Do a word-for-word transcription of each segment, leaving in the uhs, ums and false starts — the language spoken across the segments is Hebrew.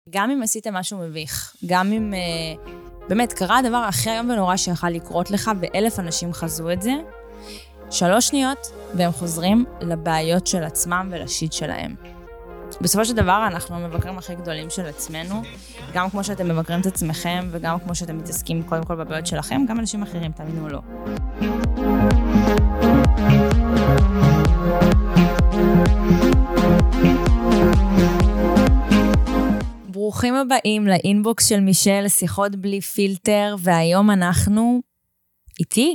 גם אם עשית משהו מביך, גם אם uh, באמת קרה הדבר הכי היום ונורא שיכל לקרות לך, ואלף אנשים חזו את זה, שלוש שניות והם חוזרים לבעיות של עצמם ולשיט שלהם. בסופו של דבר אנחנו המבקרים הכי גדולים של עצמנו, גם כמו שאתם מבקרים את עצמכם וגם כמו שאתם מתעסקים קודם כל בבעיות שלכם, גם אנשים אחרים, תאמינו או לא. ברוכים הבאים לאינבוקס של מישל, שיחות בלי פילטר, והיום אנחנו איתי.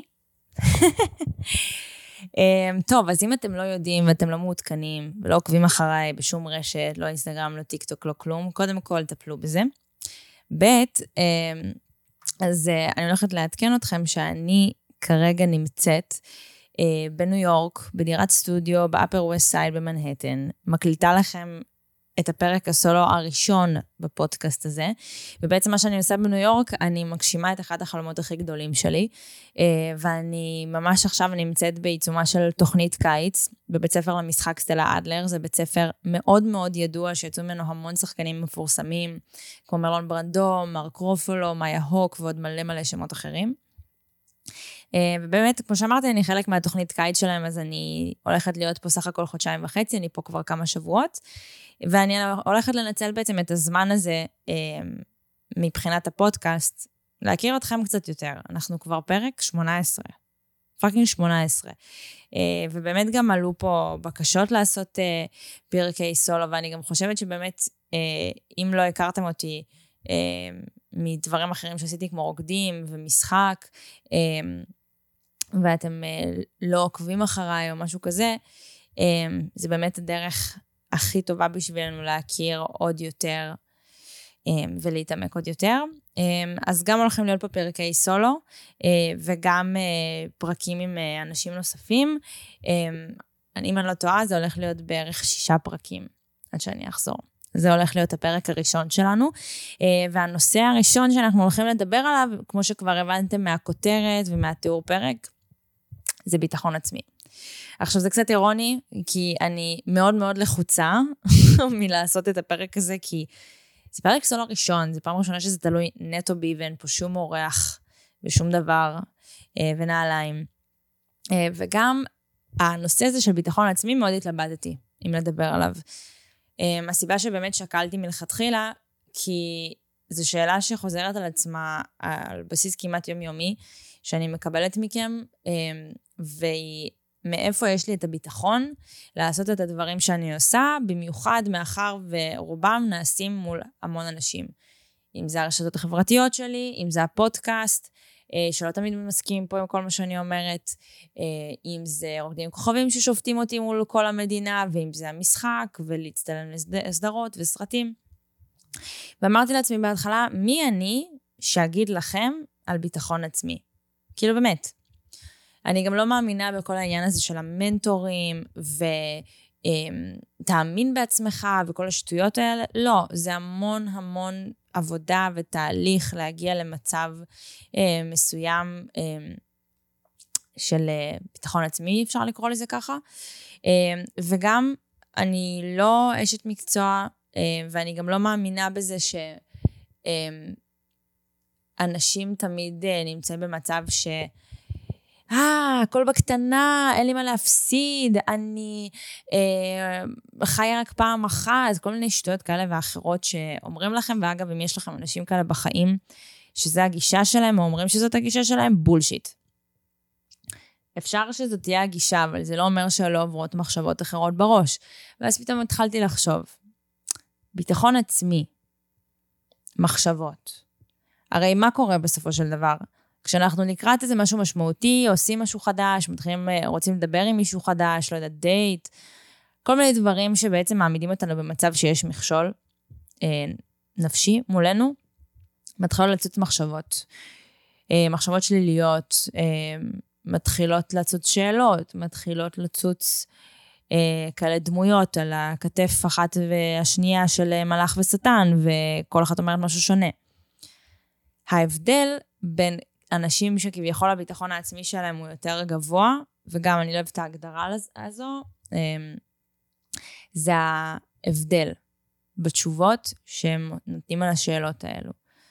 טוב, אז אם אתם לא יודעים ואתם לא מעודכנים ולא עוקבים אחריי בשום רשת, לא אינסטגרם, לא טיק טוק, לא כלום, קודם כל תפלו בזה. ב' אז אני הולכת לעדכן אתכם שאני כרגע נמצאת בניו יורק, בדירת סטודיו, באפר ווסט סייד במנהטן, מקליטה לכם את הפרק הסולו הראשון בפודקאסט הזה, ובעצם מה שאני עושה בניו יורק, אני מגשימה את אחד החלומות הכי גדולים שלי, ואני ממש עכשיו נמצאת בעיצומה של תוכנית קיץ, בבית ספר למשחק סטלה אדלר, זה בית ספר מאוד מאוד ידוע, שיצאו ממנו המון שחקנים מפורסמים, כמו מרלון ברנדו, מרק רופולו, מאיה הוק, ועוד מלא מלא שמות אחרים. ובאמת, כמו שאמרתי, אני חלק מהתוכנית קיץ שלהם, אז אני הולכת להיות פה סך הכל חודשיים וחצי, אני פה כבר כמה שבועות, ואני הולכת לנצל בעצם את הזמן הזה, מבחינת הפודקאסט, להכיר אתכם קצת יותר. אנחנו כבר פרק שמונה עשרה, פאקינג שמונה עשרה, ובאמת גם עלו פה בקשות לעשות פרקי סולו, ואני גם חושבת שבאמת, אם לא הכרתם אותי, מדברים אחרים שעשיתי כמו רוקדים ומשחק, ואתם לא עוקבים אחריי או משהו כזה, זה באמת הדרך הכי טובה בשבילנו להכיר עוד יותר ולהתעמק עוד יותר. אז גם הולכים להיות פה פרקי סולו, וגם פרקים עם אנשים נוספים. אם אני לא טועה, זה הולך להיות בערך שישה פרקים, עד שאני אחזור. זה הולך להיות הפרק הראשון שלנו, והנושא הראשון שאנחנו הולכים לדבר עליו, כמו שכבר הבנתם מהכותרת ומהתיאור פרק, זה ביטחון עצמי. עכשיו זה קצת אירוני, כי אני מאוד מאוד לחוצה מלעשות את הפרק הזה, כי זה פרק סולו ראשון, זה פעם ראשונה שזה תלוי נטו בי, ואין פה שום אורח ושום דבר, ונעליים. וגם הנושא הזה של ביטחון עצמי מאוד התלבטתי, אם לדבר עליו. הסיבה שבאמת שקלתי מלכתחילה, כי זו שאלה שחוזרת על עצמה על בסיס כמעט יומיומי, שאני מקבלת מכם, ומאיפה יש לי את הביטחון לעשות את הדברים שאני עושה, במיוחד מאחר ורובם נעשים מול המון אנשים. אם זה הרשתות החברתיות שלי, אם זה הפודקאסט, שלא תמיד מסכים פה עם כל מה שאני אומרת, אם זה רוקדים כוכבים ששופטים אותי מול כל המדינה, ואם זה המשחק, ולהצטלם לסדרות וסרטים. ואמרתי לעצמי בהתחלה, מי אני שאגיד לכם על ביטחון עצמי? כאילו באמת. אני גם לא מאמינה בכל העניין הזה של המנטורים, ותאמין בעצמך, וכל השטויות האלה. לא, זה המון המון עבודה ותהליך להגיע למצב אה, מסוים אה, של אה, ביטחון עצמי, אפשר לקרוא לזה ככה. אה, וגם אני לא אשת מקצוע, אה, ואני גם לא מאמינה בזה שאנשים אה, תמיד אה, נמצאים במצב ש... אה, הכל בקטנה, אין לי מה להפסיד, אני אה, חיה רק פעם אחת, כל מיני שטויות כאלה ואחרות שאומרים לכם, ואגב, אם יש לכם אנשים כאלה בחיים, שזה הגישה שלהם, או אומרים שזאת הגישה שלהם, בולשיט. אפשר שזאת תהיה הגישה, אבל זה לא אומר שלא עוברות מחשבות אחרות בראש. ואז פתאום התחלתי לחשוב, ביטחון עצמי, מחשבות. הרי מה קורה בסופו של דבר? כשאנחנו נקראת איזה משהו משמעותי, עושים משהו חדש, מתחילים, רוצים לדבר עם מישהו חדש, לא יודע, דייט, כל מיני דברים שבעצם מעמידים אותנו במצב שיש מכשול אה, נפשי מולנו, מתחילות לצאת מחשבות, אה, מחשבות שליליות, אה, מתחילות לצוץ שאלות, מתחילות לצוץ אה, כאלה דמויות על הכתף אחת והשנייה של מלאך ושטן, וכל אחת אומרת משהו שונה. ההבדל בין אנשים שכביכול הביטחון העצמי שלהם הוא יותר גבוה, וגם אני לא אוהבת את ההגדרה הזו, זה ההבדל בתשובות שהם נותנים על השאלות האלו.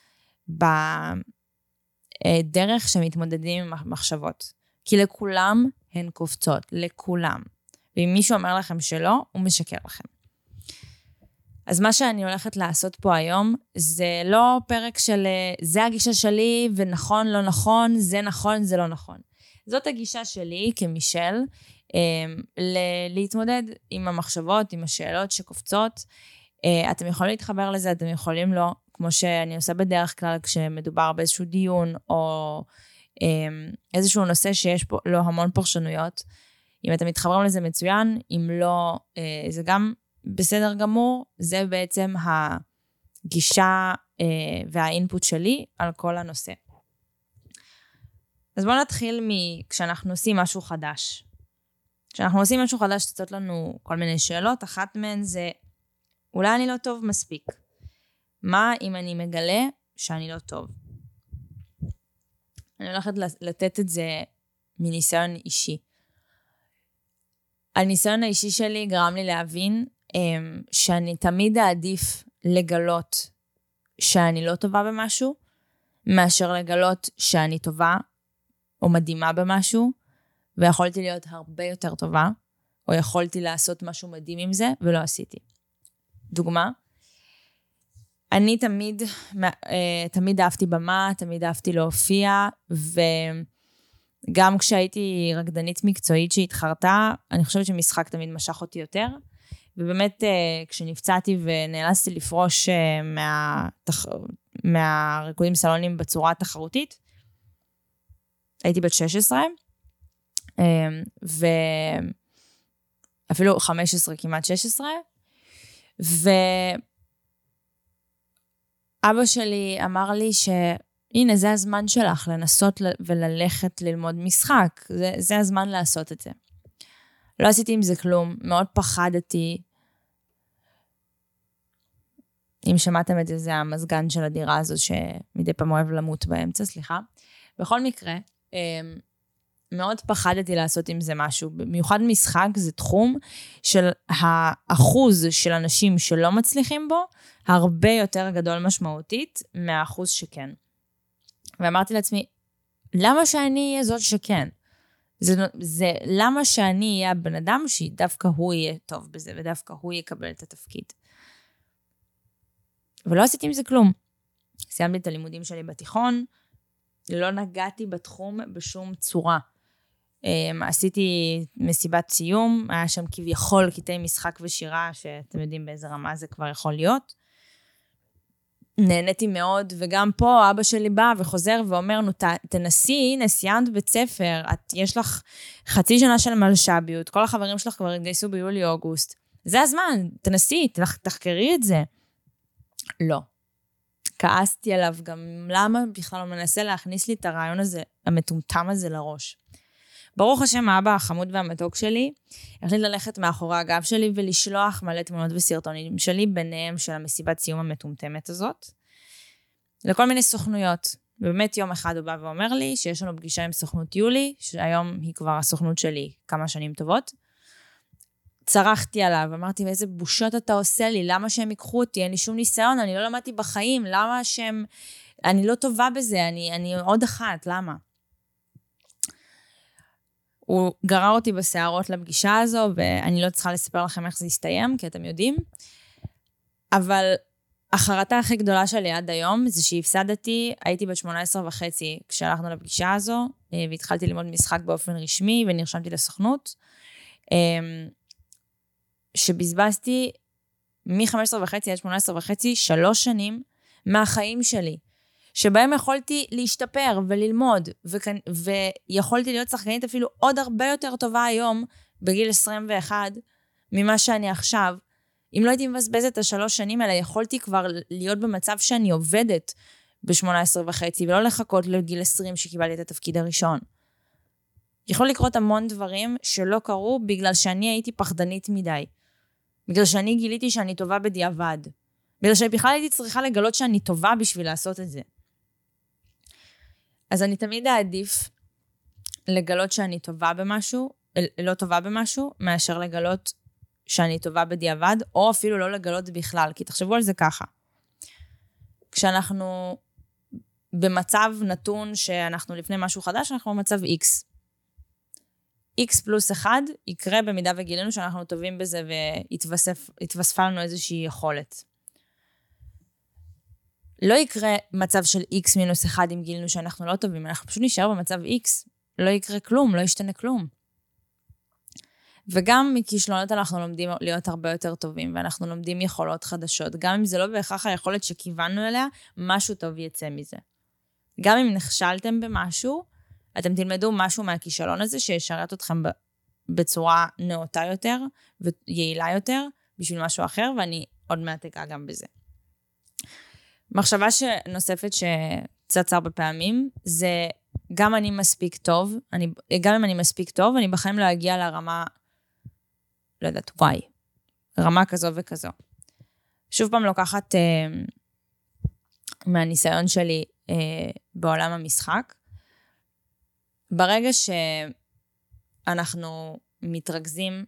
בדרך שהם מתמודדים עם המחשבות. כי לכולם הן קופצות, לכולם. ואם מישהו אומר לכם שלא, הוא משקר לכם. אז מה שאני הולכת לעשות פה היום, זה לא פרק של זה הגישה שלי, ונכון, לא נכון, זה נכון, זה לא נכון. זאת הגישה שלי כמישל, ל- להתמודד עם המחשבות, עם השאלות שקופצות. אתם יכולים להתחבר לזה, אתם יכולים לא, כמו שאני עושה בדרך כלל, כשמדובר באיזשהו דיון, או איזשהו נושא שיש פה לו המון פרשנויות. אם אתם מתחברים לזה מצוין, אם לא, זה גם בסדר גמור, זה בעצם הגישה והאינפוט שלי על כל הנושא. אז בואו נתחיל מכשאנחנו עושים משהו חדש. כשאנחנו עושים משהו חדש, תצאות לנו כל מיני שאלות. אחת מהן זה, אולי אני לא טוב מספיק. מה אם אני מגלה שאני לא טוב? אני הולכת לתת את זה מניסיון אישי. הניסיון האישי שלי גרם לי להבין שאני תמיד אעדיף לגלות שאני לא טובה במשהו, מאשר לגלות שאני טובה או מדהימה במשהו, ויכולתי להיות הרבה יותר טובה, או יכולתי לעשות משהו מדהים עם זה, ולא עשיתי. דוגמה, אני תמיד, תמיד אהבתי במה, תמיד אהבתי להופיע, וגם כשהייתי רקדנית מקצועית שהתחרתה, אני חושבת שמשחק תמיד משך אותי יותר, ובאמת כשנפצעתי ונאלצתי לפרוש מהתח... מהריקודים סלונים בצורה התחרותית, הייתי בת שש עשרה, ואפילו חמש עשרה, כמעט שש עשרה, ואבא שלי אמר לי שהנה זה הזמן שלך לנסות וללכת ללמוד משחק, זה, זה הזמן לעשות את זה. לא עשיתי עם זה כלום, מאוד פחדתי. אם שמעתם את זה, זה המזגן של הדירה הזו שמדי פעם אוהב למות באמצע, סליחה. בכל מקרה, מאוד פחדתי לעשות עם זה משהו. במיוחד משחק זה תחום של האחוז של אנשים שלא מצליחים בו, הרבה יותר גדול משמעותית מהאחוז שכן. ואמרתי לעצמי, למה שאני אהיה זאת שכן? זה, זה למה שאני אהיה הבן אדם שדווקא הוא יהיה טוב בזה, ודווקא הוא יקבל את התפקיד. ולא עשיתי עם זה כלום. סיימתי את הלימודים שלי בתיכון, לא נגעתי בתחום בשום צורה. עשיתי מסיבת סיום, היה שם כביכול קטעי משחק ושירה, שאתם יודעים באיזה רמה זה כבר יכול להיות. נהניתי מאוד, וגם פה אבא שלי בא וחוזר ואומר, נו, תנסי, הנה, סיימת בית ספר, את, יש לך חצי שנה של מלשביות, כל החברים שלך כבר התגייסו ביולי-אוגוסט. זה הזמן, תנסי, תחקרי את זה. לא. כעסתי עליו גם, למה בכלל לא מנסה להכניס לי את הרעיון הזה, המטומטם הזה לראש. ברוך השם, האבא החמוד והמתוק שלי, החליט ללכת מאחורי הגב שלי ולשלוח מלא תמונות וסרטונים שלי, ביניהם של המסיבת סיום המטומטמת הזאת, לכל מיני סוכנויות. ובאמת יום אחד הוא בא ואומר לי שיש לנו פגישה עם סוכנות יולי, שהיום היא כבר הסוכנות שלי כמה שנים טובות. צרחתי עליו, אמרתי, ואיזה בושות אתה עושה לי, למה שהם ייקחו אותי, אין לי שום ניסיון, אני לא למדתי בחיים, למה שהם, אני לא טובה בזה, אני, אני עוד אחת, למה? הוא גרר אותי בשערות לפגישה הזו, ואני לא צריכה לספר לכם איך זה יסתיים, כי אתם יודעים, אבל החרטה הכי גדולה שלי עד היום, זה שהפסדתי, הייתי בת שמונה עשרה וחצי, כשהלכנו לפגישה הזו, והתחלתי ללמוד משחק באופן רשמי, ונרשמתי לסוכנות, שבזבזתי מ-חמש עשרה וחצי עד שמונה עשרה וחצי, שלוש שנים מהחיים שלי, שבהם יכולתי להשתפר וללמוד, וכאן, ויכולתי להיות שחקנית אפילו עוד הרבה יותר טובה היום, בגיל עשרים ואחת, ממה שאני עכשיו. אם לא הייתי מבזבזת את השלוש שנים האלה, יכולתי כבר להיות במצב שאני עובדת ב-שמונה עשרה וחצי, ולא לחכות לגיל עשרים שקיבלתי את התפקיד הראשון. יכול לקרות המון דברים שלא קרו, בגלל שאני הייתי פחדנית מדי. בגלל שאני גיליתי שאני טובה בדיעבד. בגלל שבכלל הייתי צריכה לגלות שאני טובה בשביל לעשות את זה. אז אני תמיד אעדיף לגלות שאני טובה במשהו, לא טובה במשהו, מאשר לגלות שאני טובה בדיעבד, או אפילו לא לגלות בכלל, כי תחשבו על זה ככה. כשאנחנו במצב נתון שאנחנו לפני משהו חדש, אנחנו במצב X. X פלוס אחד יקרה במידה וגילינו שאנחנו טובים בזה, והתווספה לנו איזושהי יכולת. לא יקרה מצב של X מינוס אחד אם גילינו שאנחנו לא טובים, אנחנו פשוט נשאר במצב X, לא יקרה כלום, לא ישתנה כלום. וגם מכישלונות אנחנו לומדים להיות הרבה יותר טובים, ואנחנו לומדים יכולות חדשות, גם אם זה לא בהכרח היכולת שכיוונו אליה, משהו טוב יצא מזה. גם אם נכשלתם במשהו, אתם תלמדו משהו מהכישלון הזה, שישרת אתכם בצורה נאותה יותר, ויעילה יותר, בשביל משהו אחר, ואני עוד מעט אגע גם בזה. מחשבה נוספת שצצה הרבה פעמים, זה גם אני מספיק טוב, אני, גם אם אני מספיק טוב, אני בחיים לא אגיע לרמה, לא יודעת, וואי, רמה כזו וכזו. שוב פעם לוקחת אה, מהניסיון שלי אה, בעולם המשחק, ברגע שאנחנו מתרכזים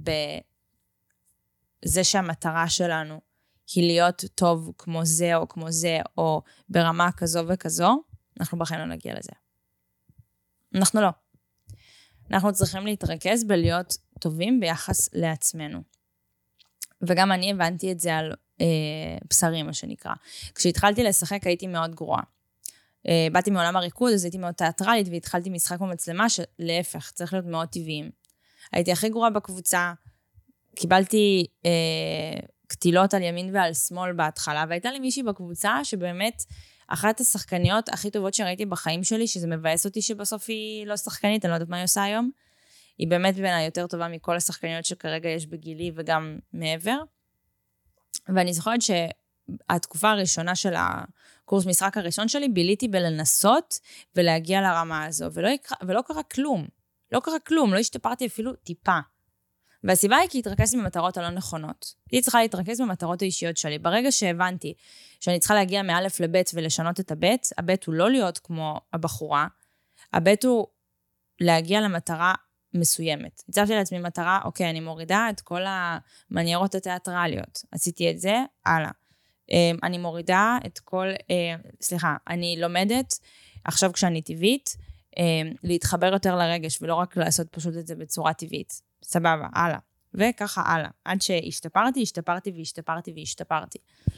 בזה שהמטרה שלנו היא להיות טוב כמו זה או כמו זה, או ברמה כזו וכזו, אנחנו בחיים לא נגיע לזה. אנחנו לא. אנחנו צריכים להתרכז בלהיות טובים ביחס לעצמנו. וגם אני הבנתי את זה על אה, בשרי, מה שנקרא. כשהתחלתי לשחק הייתי מאוד גרועה. אה, באתי מעולם הריקוד, אז הייתי מאוד תיאטרלית, והתחלתי משחק במצלמה, שלהפך, צריך להיות מאוד טבעיים. הייתי הכי גרועה בקבוצה, קיבלתי אה, קטילות על ימין ועל שמאל בהתחלה, והייתה לי מישהי בקבוצה שבאמת אחת השחקניות הכי טובות שראיתי בחיים שלי, שזה מבאס אותי שבסוף היא לא שחקנית, אני לא יודעת מה היא עושה היום, היא באמת בעיניי יותר טובה מכל השחקניות שכרגע יש בגילי וגם מעבר. ואני זוכרת שהתקופה הראשונה של הקורס משחק הראשון שלי, ביליתי בלנסות ולהגיע לרמה הזו, ולא, יקרה, ולא קרה כלום. לא קרה כלום, לא השתפרתי אפילו טיפה. והסיבה היא כי התרכזתי במטרות הלא נכונות. היא צריכה להתרכז במטרות האישיות שלי. ברגע שהבנתי שאני צריכה להגיע מאלף לבית ולשנות את הבית, הבית הוא לא להיות כמו הבחורה, הבית הוא להגיע למטרה מסוימת. הצבתי לעצמי מטרה, אוקיי, אני מורידה את כל המניירות התיאטרליות. עשיתי את זה, הלאה. אני מורידה את כל, סליחה, אני לומדת, עכשיו כשאני טבעית, להתחבר יותר לרגש, ולא רק לעשות פשוט את זה בצורה טבעית. סבבה, הלאה. וככה הלאה. עד שהשתפרתי, השתפרתי והשתפרתי והשתפרתי.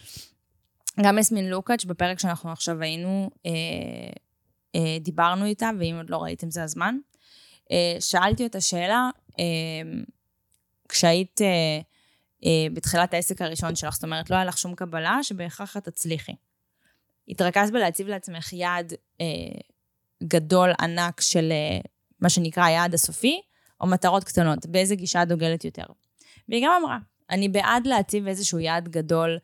גם יסמין לוקאץ' בפרק שאנחנו עכשיו היינו, אה, אה, דיברנו איתה, ואם עוד לא ראיתם זה הזמן, אה, שאלתי אותה שאלה, אה, כשהיית אה, אה, בתחילת העסק הראשון שלך, זאת אומרת, לא היה לך שום קבלה, שבהכרח את תצליחי. התרכז בלהציב לעצמך יעד אה, גדול, ענק של אה, מה שנקרא היעד הסופי, או מטרות קטנות, באיזה גישה דוגלת יותר. והיא גם אמרה, אני בעד להציב איזשהו יעד גדול,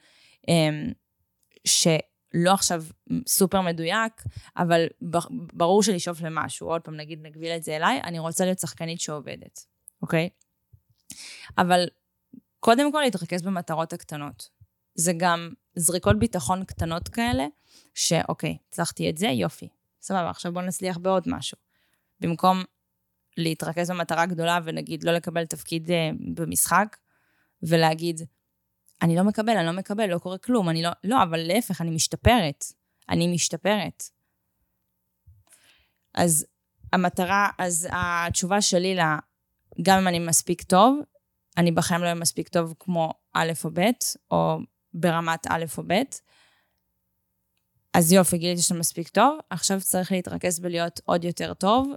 שלא עכשיו סופר מדויק, אבל ברור שלשאוף למשהו, עוד פעם נגיד נגביל את זה אליי, אני רוצה להיות שחקנית שעובדת, אוקיי? אבל קודם כל להתרכז במטרות הקטנות. זה גם זריקות ביטחון קטנות כאלה, שאוקיי, הצלחתי את זה, יופי. סבבה, עכשיו בוא נצליח בעוד משהו. במקום להתרכז במטרה גדולה, ונגיד לא לקבל תפקיד במשחק, ולהגיד, אני לא מקבל, אני לא מקבל, לא קורה כלום, אני לא, לא, אבל להפך, אני משתפרת, אני משתפרת. אז המטרה, אז התשובה שלי לה, גם אם אני מספיק טוב, אני בחיים לא אהיה מספיק טוב כמו א' או ב', או ברמת א' או ב', אז יופי, גיליתי שאתה מספיק טוב, עכשיו צריך להתרכז בלהיות עוד יותר טוב,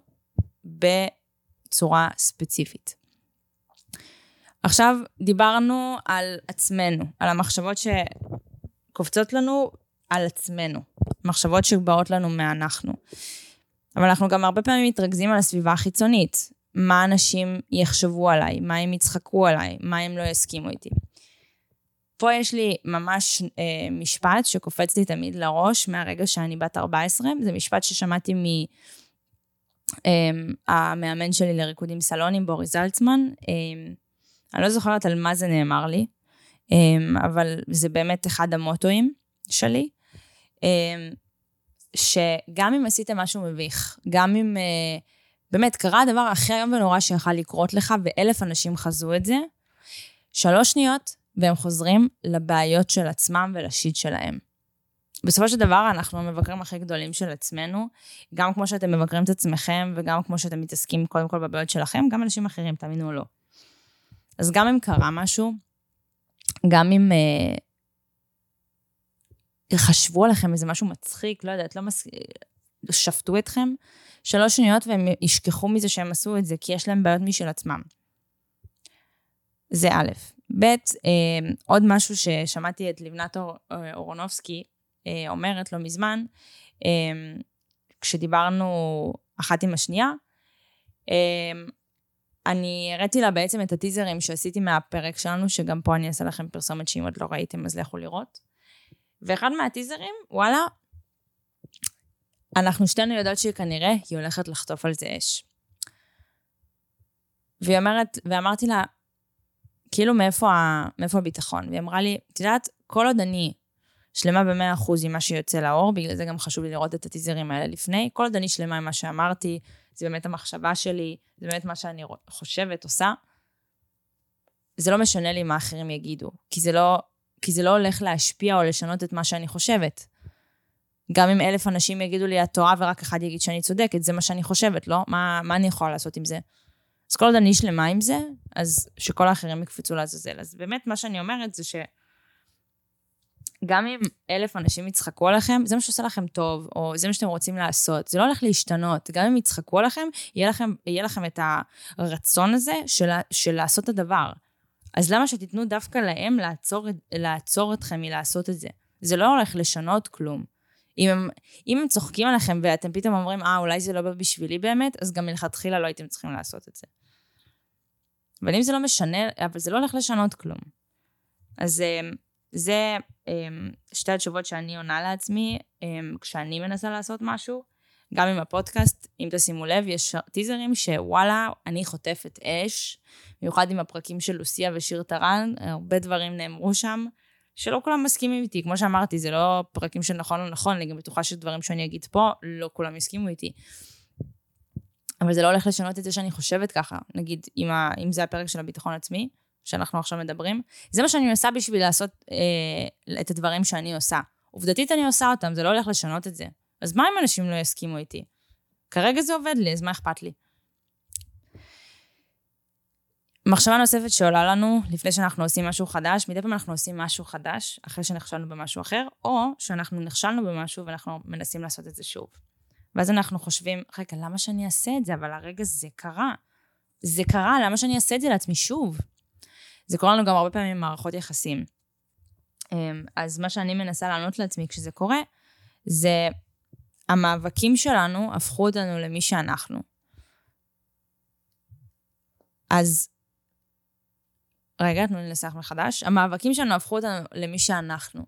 בצורה ספציפית. עכשיו דיברנו על עצמנו, על המחשבות שקופצות לנו על עצמנו, מחשבות שבאות לנו מאנחנו. אבל אנחנו גם הרבה פעמים מתרכזים על הסביבה החיצונית, מה אנשים יחשבו עליי, מה הם יצחקו עליי, מה הם לא יסכימו איתי. פה יש לי ממש אה, משפט שקופץ לי תמיד לראש מהרגע שאני בת ארבע עשרה, זה משפט ששמעתי מ... Um, המאמן שלי לריקודים סלונים, בוריס זלצמן, um, אני לא זוכרת על מה זה נאמר לי, um, אבל זה באמת אחד המוטואים שלי, um, שגם אם עשיתם משהו מביך, גם אם uh, באמת קרה הדבר הכי היום ונורא שיכל לקרות לך, ואלף אנשים חזו את זה, שלוש שניות, והם חוזרים לבעיות של עצמם ולשיט שלהם. בסופו של דבר, אנחנו המבקרים הכי גדולים של עצמנו, גם כמו שאתם מבקרים את עצמכם, וגם כמו שאתם מתעסקים קודם כל בבעיות שלכם, גם אנשים אחרים, תאמינו או לא. אז גם אם קרה משהו, גם אם אה, חשבו עליכם איזה משהו מצחיק, לא יודעת, לא מס... שפטו אתכם, שלוש שניות והם ישכחו מזה שהם עשו את זה, כי יש להם בעיות משל עצמם. זה א', ב', אה, עוד משהו ששמעתי את לבנת אור, אורונובסקי, אה, אומרת לא מזמן, אה, כשדיברנו אחת עם השנייה, אה, אני הראיתי לה בעצם את הטיזרים שעשיתי מהפרק שלנו, שגם פה אני אעשה לכם פרסומת שאם עוד לא ראיתם, אז לכו לראות. ואחד מהטיזרים, וואלה, אנחנו שתינו יודעות שכנראה היא הולכת לחטוף על זה אש. והיא אומרת, ואמרתי לה, כאילו מאיפה, מאיפה הביטחון? והיא אמרה לי, תדעת, כל עוד אני שלמה במאה אחוז עם מה שיוצא לאור, בגלל זה גם חשוב לי לראות את הטיזרים האלה לפני, כל עוד אני שלמה עם מה שאמרתי, זה באמת המחשבה שלי, זה באמת מה שאני חושבת, עושה, זה לא משנה לי מה אחרים יגידו, כי זה לא, כי זה לא הולך להשפיע או לשנות את מה שאני חושבת. גם אם אלף אנשים יגידו לי, את טועה ורק אחד יגיד שאני צודקת, זה מה שאני חושבת, לא? מה, מה אני יכולה לעשות עם זה? אז כל עוד אני שלמה עם זה, אז שכל האחרים יקפצו לעזאזל. אז באמת מה שאני אומרת זה ש... גם אם אלף אנשים יצחקו עליכם, זה מה שעושה לכם טוב, או זה מה שאתם רוצים לעשות. זה לא הולך להשתנות. גם אם יצחקו עליכם, יהיה לכם, יהיה לכם את הרצון הזה של, של לעשות את הדבר. אז למה שתיתנו דווקא להם לעצור, לעצור אתכם מלעשות את זה? זה לא הולך לשנות כלום. אם הם, אם הם צוחקים עליכם ואתם פתאום אומרים, אה, אולי זה לא בשבילי באמת, אז גם מלכתחילה לא הייתם צריכים לעשות את זה. אבל אם זה לא משנה, אבל זה לא הולך לשנות כלום. אז זה שתי התשובות שאני עונה לעצמי, כשאני מנסה לעשות משהו, גם עם הפודקאסט, אם תשימו לב, יש טיזרים שוואלה, אני חוטפת אש, מיוחד עם הפרקים של לוסיה ושיר טרן, הרבה דברים נאמרו שם, שלא כולם מסכימים איתי, כמו שאמרתי, זה לא פרקים של נכון או נכון, אני גם בטוחה שדברים שאני אגיד פה, לא כולם יסכימו איתי. אבל זה לא הולך לשנות את זה שאני חושבת ככה, נגיד, אם, ה, אם זה הפרק של הביטחון עצמי, שאנחנו עכשיו מדברים, זה מה שאני עושה בשביל לעשות אה, את הדברים שאני עושה. עובדתית אני עושה אותם, זה לא הולך לשנות את זה. אז מה אם אנשים לא יסכימו איתי? כרגע זה עובד לי, אז מה אכפת לי? מחשבה נוספת שעולה לנו, לפני שאנחנו עושים משהו חדש, מדי פעם אנחנו עושים משהו חדש, אחרי שנכשלנו במשהו אחר, או שאנחנו נכשלנו במשהו ואנחנו מנסים לעשות את זה שוב. ואז אנחנו חושבים, רגע, למה שאני אעשה את זה? אבל הרגע זה קרה. זה קרה, למה שאני אעשה את זה לעצמי שוב? זה קורה לנו גם הרבה פעמים במערכות יחסים. אז מה שאני מנסה לענות לעצמי כשזה קורה, זה המאבקים שלנו הפכו אותנו למי שאנחנו. אז, רגע, תנו לי לנסח מחדש. המאבקים שלנו הפכו אותנו למי שאנחנו.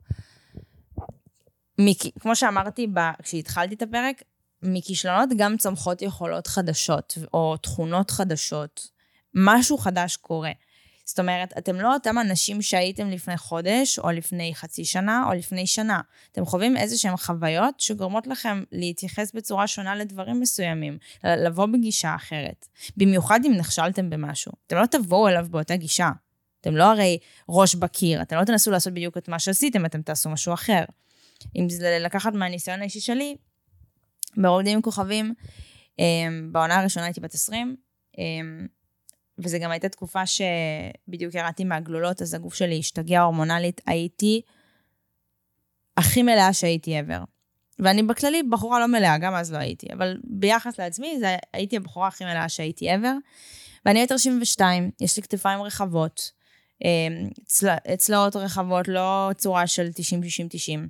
מכ... כמו שאמרתי כשהתחלתי את הפרק, מכישלונות גם צומחות יכולות חדשות, או תכונות חדשות. משהו חדש קורה. זאת אומרת, אתם לא אותם אנשים שהייתם לפני חודש, או לפני חצי שנה, או לפני שנה. אתם חווים איזשהם חוויות שגורמות לכם להתייחס בצורה שונה לדברים מסוימים, לבוא בגישה אחרת. במיוחד אם נכשלתם במשהו. אתם לא תבואו אליו באותה גישה. אתם לא הרי ראש בקיר, אתם לא תנסו לעשות בדיוק את מה שעשיתם, אתם תעשו משהו אחר. אם זה לקחת מהניסיון האישי שלי, ברוקדים עם כוכבים, בעונה הראשונה הייתי בת עשרים, וזה גם הייתה תקופה שבדיוק ירדתי מהגלולות, אז הגוף שלי השתגע הורמונלית, הייתי הכי מלאה שהייתי עבר. ואני בכללי בחורה לא מלאה, גם אז לא הייתי, אבל ביחס לעצמי, זה, הייתי הבחורה הכי מלאה שהייתי עבר, ואני הייתי שבעים ושתיים, יש לי כתפיים רחבות, צלע, צלעות רחבות, לא צורה של תשעים תשעים תשעים.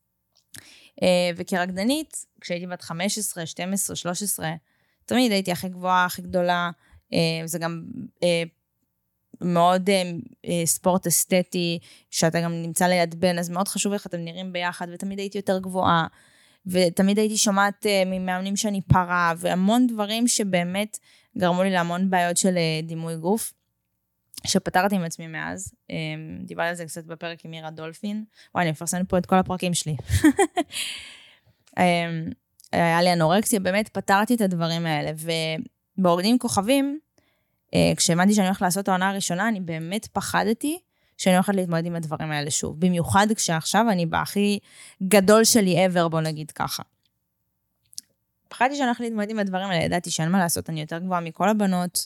וכרקדנית, כשהייתי בת חמש עשרה, שתים עשרה, שלוש עשרה, תמיד הייתי הכי גבוהה, הכי גדולה, זה גם מאוד ספורט אסתטי, שאתה גם נמצא ליד בן, אז מאוד חשוב איך אתם נראים ביחד, ותמיד הייתי יותר גבוהה, ותמיד הייתי שומעת ממאמנים שאני פרה, והמון דברים שבאמת גרמו לי להמון בעיות של דימוי גוף, שפתרתי עם עצמי מאז. דיברתי על זה קצת בפרק עם מירה דולפין. וואי, אני מפרסמת פה את כל הפרקים שלי. היה לי אנורקסיה, באמת פתרתי את הדברים האלה, ובורדים כוכבים, כשהבנתי שאני הולכת לעשות העונה הראשונה, אני באמת פחדתי שאני הולכת להתמודד עם הדברים האלה שוב. במיוחד כשעכשיו אני בהכי גדול שלי ever, בוא נגיד ככה. פחדתי שאני הולכת להתמודד עם הדברים האלה, ידעתי שאין מה לעשות, אני יותר גבוהה מכל הבנות.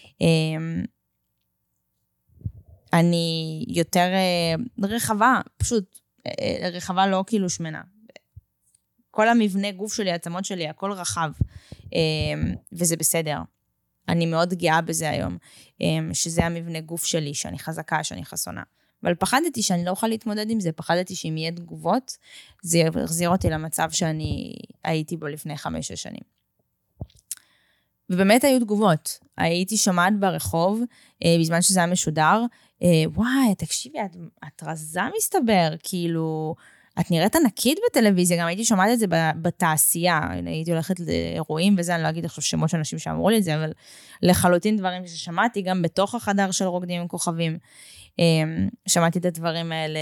אני יותר רחבה, פשוט רחבה לא כאילו שמנה. כל המבנה גוף שלי, העצמות שלי, הכל רחב, וזה בסדר. אני מאוד גאה בזה היום, שזה המבנה גוף שלי, שאני חזקה, שאני חסונה. אבל פחדתי שאני לא אוכל להתמודד עם זה, פחדתי שאם יהיה תגובות, זה יחזיר אותי למצב שאני הייתי בו לפני חמש שנים. ובאמת היו תגובות. הייתי שומעת ברחוב, בזמן שזה היה משודר, וואי, תקשיבי, את, את רזה מסתבר, כאילו, את נראית ענקית בטלוויזיה, גם הייתי שומעת את זה בתעשייה, הייתי הולכת לאירועים וזה, אני לא אגיד עכשיו שמות של אנשים שאמרו לי את זה, אבל לחלוטין דברים ששמעתי, גם בתוך החדר של רוקדים עם כוכבים, שמעתי את הדברים האלה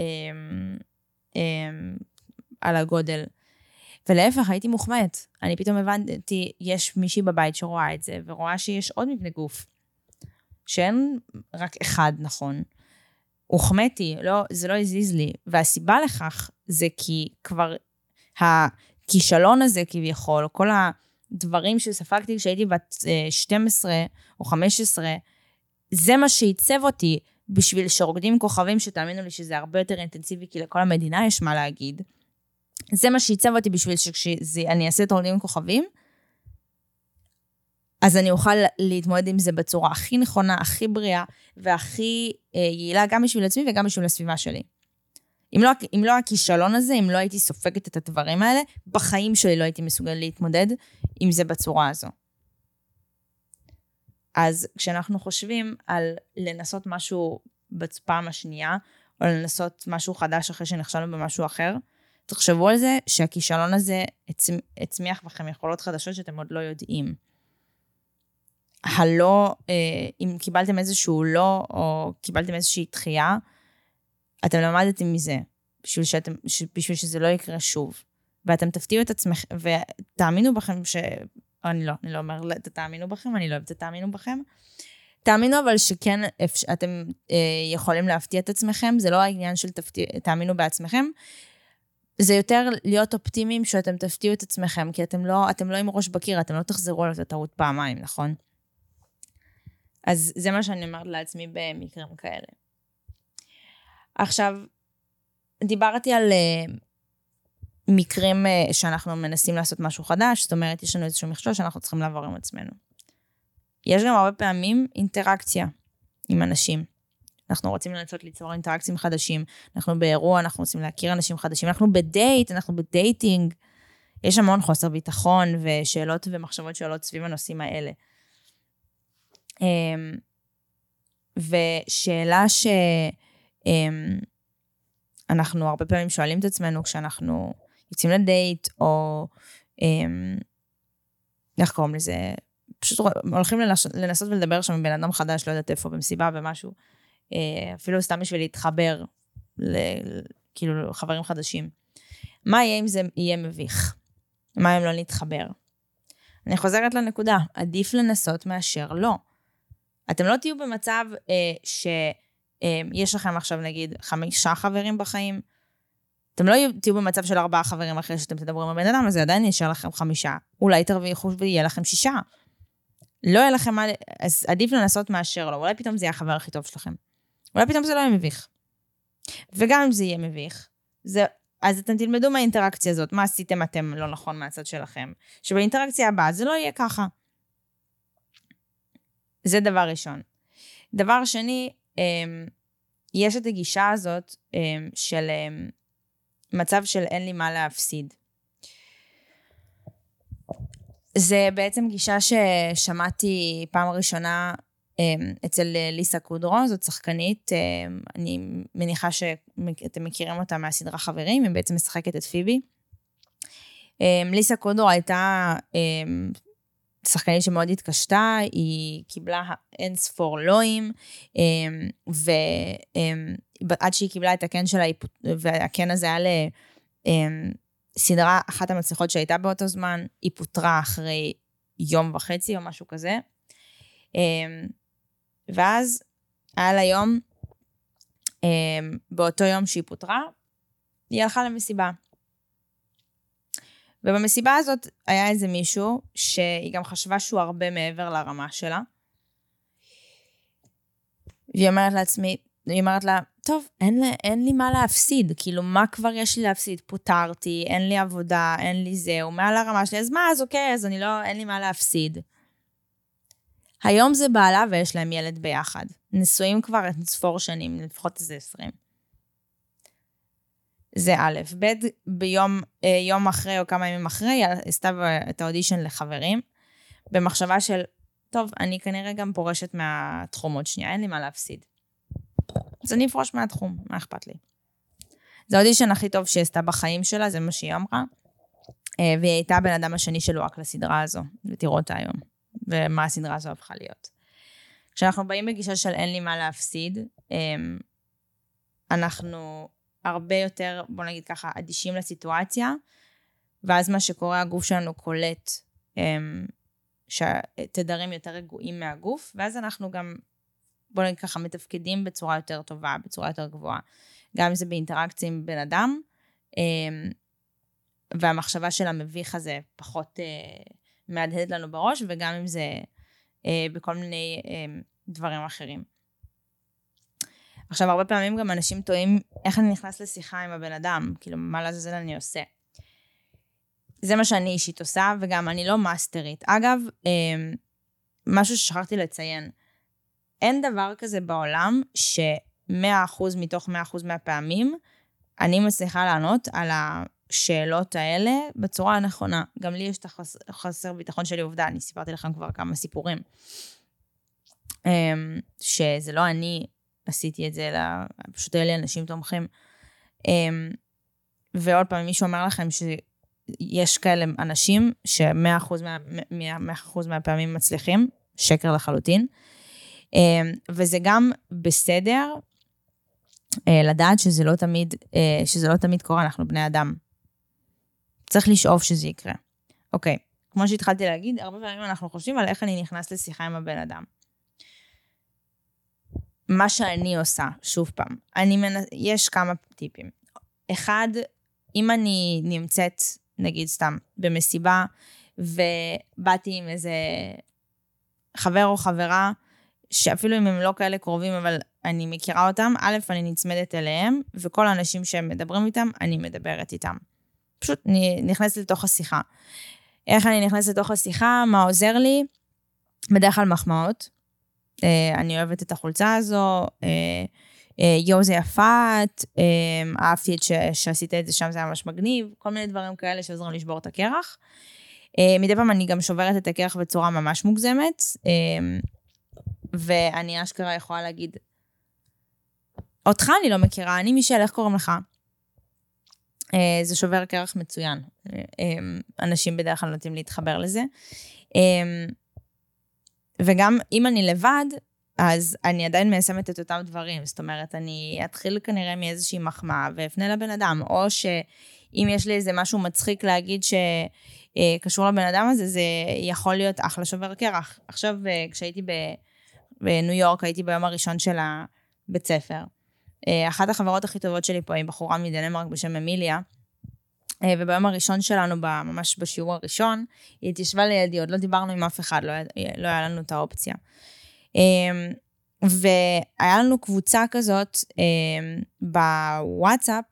על הגודל. ולהפך, הייתי מוחמאת. אני פתאום הבנתי, יש מישהי בבית שרואה את זה, ורואה שיש עוד מבנה גוף, שאין רק אחד נכון. הוחמאתי, לא, זה לא הזיז לי. והסיבה לכך זה כי כבר הכישלון הזה כביכול, כל הדברים שספגתי כשהייתי בת שתים עשרה או חמש עשרה, זה מה שייצב אותי בשביל שרוקדים כוכבים, שתאמינו לי שזה הרבה יותר אינטנסיבי, כי לכל המדינה יש מה להגיד. זה מה שייצב אותי בשביל שאני אעשה את רוקדים כוכבים, אז אני אוכל להתמודד עם זה בצורה הכי נכונה, הכי בריאה, והכי אה, יעילה גם בשביל עצמי וגם בשביל הסביבה שלי. אם לא, אם לא הכישלון הזה, אם לא הייתי סופגת את הדברים האלה, בחיים שלי לא הייתי מסוגל להתמודד עם זה בצורה הזו. אז כשאנחנו חושבים על לנסות משהו בפעם השנייה, או לנסות משהו חדש אחרי שנכשלנו במשהו אחר, תחשבו על זה שהכישלון הזה הצמיח בכם יכולות חדשות שאתם עוד לא יודעים. הלא, אם קיבלתם איזשהו לא, או קיבלתם איזושהי דחייה, אתם למדתם מזה, בשביל, שאתם, בשביל שזה לא יקרה שוב. ואתם תפתיעו את עצמכם, ותאמינו בכם ש... אני לא, אני לא אומר, תאמינו בכם, אני לא אוהבת, תאמינו בכם. תאמינו אבל שכן, אתם יכולים להפתיע את עצמכם, זה לא העניין של תפתיע, תאמינו בעצמכם, זה יותר להיות אופטימיים שאתם תפתיעו את עצמכם, כי אתם לא, אתם לא עם ראש בקיר, אתם לא תחזרו על הטעות פעמיים, נכון? אז זה מה שאני אומרת לעצמי במקרים כאלה. עכשיו, דיברתי על uh, מקרים uh, שאנחנו מנסים לעשות משהו חדש, זאת אומרת, יש לנו איזשהו מכשול שאנחנו צריכים לעבור עם עצמנו. יש גם הרבה פעמים אינטראקציה עם אנשים. אנחנו רוצים לנסות ליצור אינטראקציים חדשים, אנחנו באירוע, אנחנו רוצים להכיר אנשים חדשים, אנחנו בדייט, אנחנו בדייטינג, יש המון חוסר ביטחון ושאלות ומחשבות שעולות סביב הנושאים האלה. ושאלה שאנחנו הרבה פעמים שואלים את עצמנו כשאנחנו יוצאים לדייט, או איך קוראים לזה, פשוט הולכים לנסות ולדבר שם עם בן אדם חדש, לא יודעת איפה, במסיבה ומשהו, אפילו סתם בשביל להתחבר, כאילו חברים חדשים. מה יהיה אם זה יהיה מביך? מה אם לא נתחבר? אני חוזרת לנקודה, עדיף לנסות מאשר לא. אתם לא תהיו במצב אה, שיש לכם עכשיו נגיד חמישה חברים בחיים, אתם לא תהיו במצב של ארבעה חברים אחרי שאתם תדברו עם הבן אדם, אז עדיין נשאר לכם חמישה, אולי תרוויחו ויהיה לכם שישה. לא יהיה לכם מה, אז עדיף לנסות מאשר לא, אולי פתאום זה יהיה החבר הכי טוב שלכם. אולי פתאום זה לא יהיה מביך. וגם אם זה יהיה מביך, זה, אז אתם תלמדו מהאינטראקציה הזאת, מה עשיתם אתם לא נכון מהצד שלכם, שבאינטראקציה הבאה זה לא יהיה ככה. זה דבר ראשון. דבר שני, יש את הגישה הזאת של מצב של אין לי מה להפסיד. זה בעצם גישה ששמעתי פעם ראשונה אצל ליסה קודרו, זאת שחקנית, אני מניחה שאתם מכירים אותה מהסדרה חברים, היא בעצם משחקת את פיבי. ליסה קודרו הייתה שחקנית שמאוד התקשתה, היא קיבלה אין ספור לואים, ועד שהיא קיבלה את הקן שלה, והקן הזה היה לסדרה אחת המצליחות שהייתה באותו זמן, היא פוטרה אחרי יום וחצי או משהו כזה, ואז היה לה יום, באותו יום שהיא פוטרה, היא הלכה למסיבה. ובמסיבה הזאת היה איזה מישהו, שהיא גם חשבה שהוא הרבה מעבר לרמה שלה. והיא אומרת לעצמי, היא אומרת לה, טוב, אין לי, אין לי מה להפסיד, כאילו מה כבר יש לי להפסיד? פוטרתי, אין לי עבודה, אין לי זה, הוא מעל הרמה שלי, אז מה, אז אוקיי, אז אני לא, אין לי מה להפסיד. היום זה בעלה ויש להם ילד ביחד. נשואים כבר את ספור שנים, לפחות איזה עשרים. זה א', ב', ביום יום אחרי או כמה ימים אחרי, עשתה את האודישן לחברים, במחשבה של, טוב, אני כנראה גם פורשת מהתחום עוד שנייה, אין לי מה להפסיד. אז אני אפרוש מהתחום, מה אכפת לי? זה האודישן הכי טוב שהיא עשתה בחיים שלה, זה מה שהיא אמרה, והיא הייתה בן אדם השני שלוהק לסדרה הזו, ותראו אותה היום, ומה הסדרה הזו הפכה להיות. כשאנחנו באים בגישה של אין לי מה להפסיד, אנחנו הרבה יותר, בוא נגיד ככה, אדישים לסיטואציה, ואז מה שקורה, הגוף שלנו קולט שתדרים יותר רגועים מהגוף, ואז אנחנו גם, בוא נגיד ככה, מתפקדים בצורה יותר טובה, בצורה יותר גבוהה. גם אם זה באינטראקציה עם בן אדם, והמחשבה של המביך הזה פחות מהדהדת לנו בראש, וגם אם זה בכל מיני דברים אחרים. עכשיו, הרבה פעמים גם אנשים טועים, איך אני נכנס לשיחה עם הבן אדם, כאילו, מה לעזאזל אני עושה. זה מה שאני אישית עושה, וגם אני לא מאסטרית. אגב, משהו ששכחתי לציין, אין דבר כזה בעולם ש-מאה אחוז מתוך מאה אחוז מהפעמים, אני מצליחה לענות על השאלות האלה בצורה הנכונה. גם לי יש את החסר ביטחון שלי עובדה, אני סיפרתי לכם כבר כמה סיפורים. שזה לא אני עשיתי את זה, אלא פשוט היה לי אנשים תומכים. ועוד פעם, מישהו אומר לכם שיש כאלה אנשים ש-מאה אחוז מה, מאה אחוז מהפעמים מצליחים, שקר לחלוטין. וזה גם בסדר לדעת שזה לא תמיד, שזה לא תמיד קורה, אנחנו בני אדם. צריך לשאוף שזה יקרה. אוקיי, כמו שהתחלתי להגיד, הרבה פעמים אנחנו חושבים על איך אני נכנס לשיחה עם הבן אדם. מה שאני עושה, שוב פעם, אני מנ... יש כמה טיפים. אחד, אם אני נמצאת, נגיד סתם, במסיבה, ובאתי עם איזה חבר או חברה, שאפילו אם הם לא כאלה קרובים, אבל אני מכירה אותם, א', אני נצמדת אליהם, וכל האנשים שהם מדברים איתם, אני מדברת איתם. פשוט נכנסת לתוך השיחה. איך אני נכנסת לתוך השיחה, מה עוזר לי? בדרך כלל מחמאות. אני אוהבת את החולצה הזו, יו זה יפת, אהבתי את שעשית את זה שם, זה היה ממש מגניב, כל מיני דברים כאלה שעוזרים לשבור את הקרח. מדי פעם אני גם שוברת את הקרח בצורה ממש מוגזמת, ואני אשכרה יכולה להגיד, אותך אני לא מכירה, אני מישל, איך קוראים לך? זה שובר קרח מצוין. אנשים בדרך כלל נוטים להתחבר לזה. וגם אם אני לבד, אז אני עדיין מיישמת את אותם דברים. זאת אומרת, אני אתחיל כנראה מאיזושהי מחמאה, ואפנה לבן אדם. או שאם יש לי איזה משהו מצחיק להגיד שקשור לבן אדם הזה, זה יכול להיות אחלה שובר קרח. עכשיו, כשהייתי בניו יורק, הייתי ביום הראשון של הבית ספר. אחת החברות הכי טובות שלי פה היא בחורה מדנמרק בשם אמיליה, וביום הראשון שלנו, ממש בשיעור הראשון, היא התיישבה לידי, עוד לא דיברנו עם אף אחד, לא, לא היה לנו את האופציה. והיה לנו קבוצה כזאת בוואטסאפ,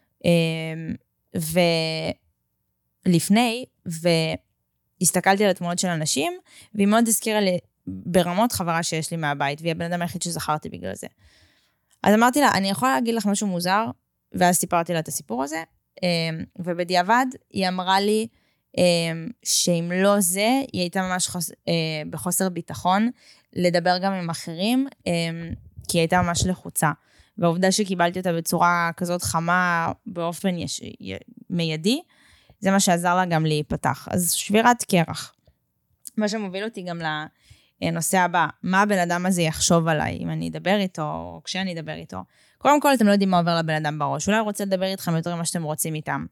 ולפני, והסתכלתי על התמונות של אנשים, והיא מאוד הזכירה לי ברמות חברה שיש לי מהבית, והיא הבן אדם היחיד שזכרתי בגלל זה. אז אמרתי לה, אני יכולה להגיד לך משהו מוזר, ואז סיפרתי לה את הסיפור הזה, ובדיעבד היא אמרה לי, שאם לא זה, היא הייתה ממש חוס... בחוסר ביטחון, לדבר גם עם אחרים, כי היא הייתה ממש לחוצה. והעובדה שקיבלתי אותה בצורה כזאת חמה, באופן יש... מיידי, זה מה שעזר לה גם להיפתח. אז שבירת קרח. מה שמוביל אותי גם לנושא הבא, מה הבן אדם הזה יחשוב עליי, אם אני אדבר איתו, או כשאני אדבר איתו. קודם כל, אתם לא יודעים מה עובר לבן אדם בראש. אולי הוא רוצה לדבר איתכם יותר ממה שאתם רוצים איתם.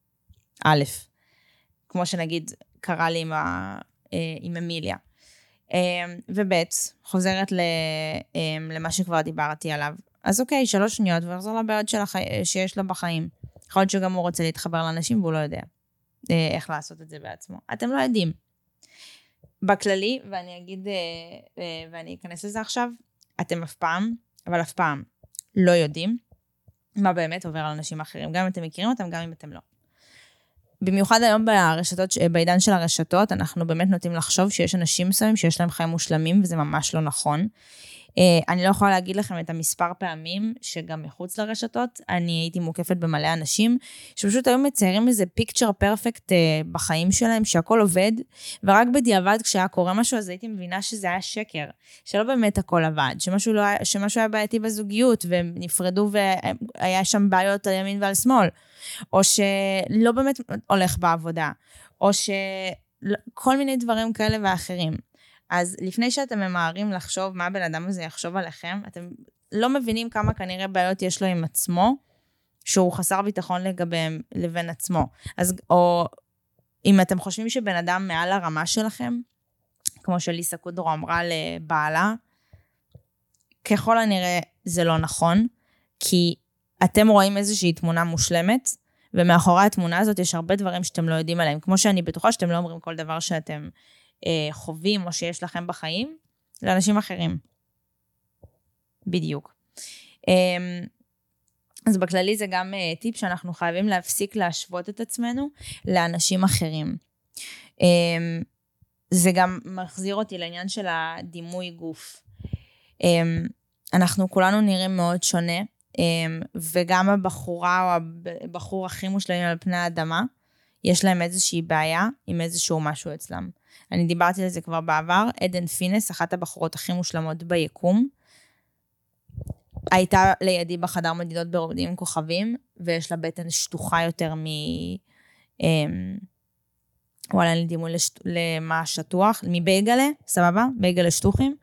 א', כמו שנגיד, קרה לי עם, ה, עם אמיליה. ובית, חוזרת למה שכבר דיברתי עליו. אז אוקיי, שלוש שניות, ואחזור לבעיות שיש לו בחיים. יכול להיות שגם הוא רוצה להתחבר לאנשים, והוא לא יודע איך לעשות את זה בעצמו. אתם לא יודעים. בכללי, ואני אגיד, ואני אכנס לזה עכשיו, אתם אף פעם, אבל אף פעם לא יודעים מה באמת עובר על אנשים אחרים. גם אם אתם מכירים אותם, גם אם אתם לא. במיוחד היום ברשתות, בעידן של הרשתות, אנחנו באמת נוטים לחשוב שיש אנשים מסוימים שיש להם חיים מושלמים, וזה ממש לא נכון. אני לא יכולה להגיד לכם את המספר פעמים, שגם מחוץ לרשתות, אני הייתי מוקפת במלא אנשים, שפשוט היו מציירים איזה פיקצ'ר פרפקט בחיים שלהם, שהכל עובד, ורק בדיעבד כשהיה קורה משהו, אז הייתי מבינה שזה היה שקר, שלא באמת הכל עבד, שמשהו, לא היה, שמשהו היה בעייתי בזוגיות, והם נפרדו והיה שם בעיות על ימין ועל שמאל, או שלא באמת הולך בעבודה, או שכל מיני דברים כאלה ואחרים. אז לפני שאתם ממהרים לחשוב מה הבן אדם הזה יחשוב עליכם, אתם לא מבינים כמה כנראה בעיות יש לו עם עצמו, שהוא חסר ביטחון לגביהם לבין עצמו. אז, או אם אתם חושבים שבן אדם מעל הרמה שלכם, כמו שליסה קודרו אמרה לבעלה, ככל הנראה זה לא נכון, כי אתם רואים איזושהי תמונה מושלמת, ומאחורי התמונה הזאת יש הרבה דברים שאתם לא יודעים עליהם, כמו שאני בטוחה שאתם לא אומרים כל דבר שאתם חווים או שיש לכם בחיים, לאנשים אחרים. בדיוק. אז בכללי זה גם טיפ שאנחנו חייבים להפסיק להשוות את עצמנו לאנשים אחרים. זה גם מחזיר אותי לעניין של הדימוי גוף. אנחנו כולנו נראים מאוד שונה, וגם הבחורה או הבחור הכי מושלמים על פני האדמה, יש להם איזושהי בעיה עם איזשהו משהו אצלם. אני דיברתי על זה כבר בעבר, עדן פינס, אחת הבחורות הכי מושלמות ביקום, הייתה לידי בחדר מדידות ברוקדים עם כוכבים, ויש לה בטן שטוחה יותר מ... וואלה, אני דימוי לשט... למה שטוח, מבייגלה, סבבה? בייגלה שטוחים.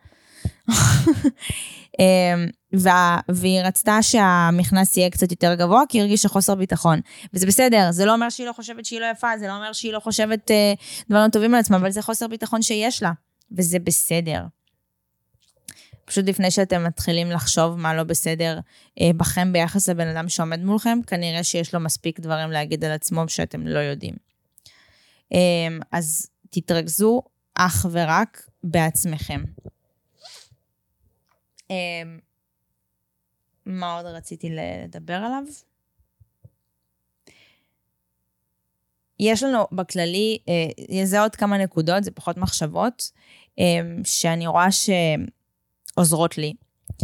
והיא רצתה שהמכנס יהיה קצת יותר גבוה, כי היא הרגישה חוסר ביטחון. וזה בסדר, זה לא אומר שהיא לא חושבת שהיא לא יפה, זה לא אומר שהיא לא חושבת דברים טובים על עצמה, אבל זה חוסר ביטחון שיש לה, וזה בסדר. פשוט לפני שאתם מתחילים לחשוב מה לא בסדר בכם ביחס לבן אדם שעומד מולכם, כנראה שיש לו מספיק דברים להגיד על עצמו שאתם לא יודעים. אז תתרכזו אך ורק בעצמכם. מה עוד רציתי לדבר עליו? יש לנו בכללי, זה עוד כמה נקודות, זה פחות מחשבות, שאני רואה שעוזרות לי.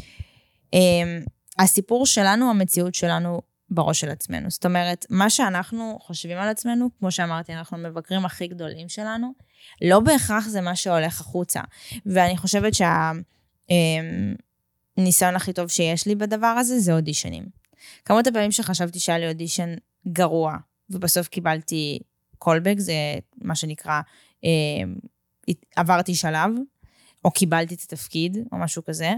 הסיפור שלנו, המציאות שלנו בראש של עצמנו. זאת אומרת, מה שאנחנו חושבים על עצמנו, כמו שאמרתי, אנחנו מבקרים הכי גדולים שלנו, לא בהכרח זה מה שהולך החוצה. ואני חושבת שה... ניסיון הכי טוב שיש לי בדבר הזה, זה אודישנים. כמות הפעמים שחשבתי שהיה לי אודישן גרוע, ובסוף קיבלתי קולבק, זה מה שנקרא, אה, עברתי שלב, או קיבלתי את התפקיד, או משהו כזה.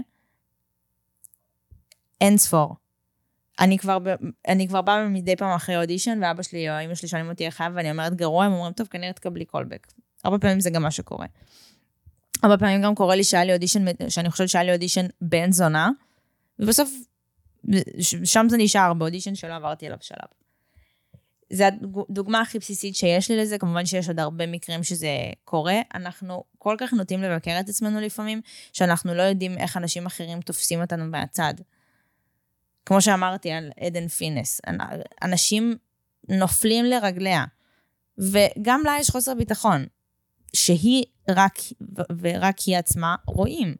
אין ספור. אני כבר, אני כבר באה מדי פעם אחרי אודישן, ואבא שלי או אמא שלי שואלים אותי איך חייב, ואני אומרת גרוע, הם אומרים, טוב, כנראה תקבלי קולבק. הרבה פעמים זה גם מה שקורה. הרבה פעמים גם קורה לי שהיה לי אודישן, שאני חושבת שהיה לי אודישן בן זונה, ובסוף, שם זה נשאר, באודישן שלא עברתי אליו שלב. זו הדוגמה הכי בסיסית שיש לי לזה, כמובן שיש עוד הרבה מקרים שזה קורה, אנחנו כל כך נוטים לבקר את עצמנו לפעמים, שאנחנו לא יודעים איך אנשים אחרים תופסים אותנו מהצד. כמו שאמרתי על עדן פינס, אנשים נופלים לרגליה, וגם לה יש חוסר ביטחון, שהיא רק, ורק היא עצמה רואים.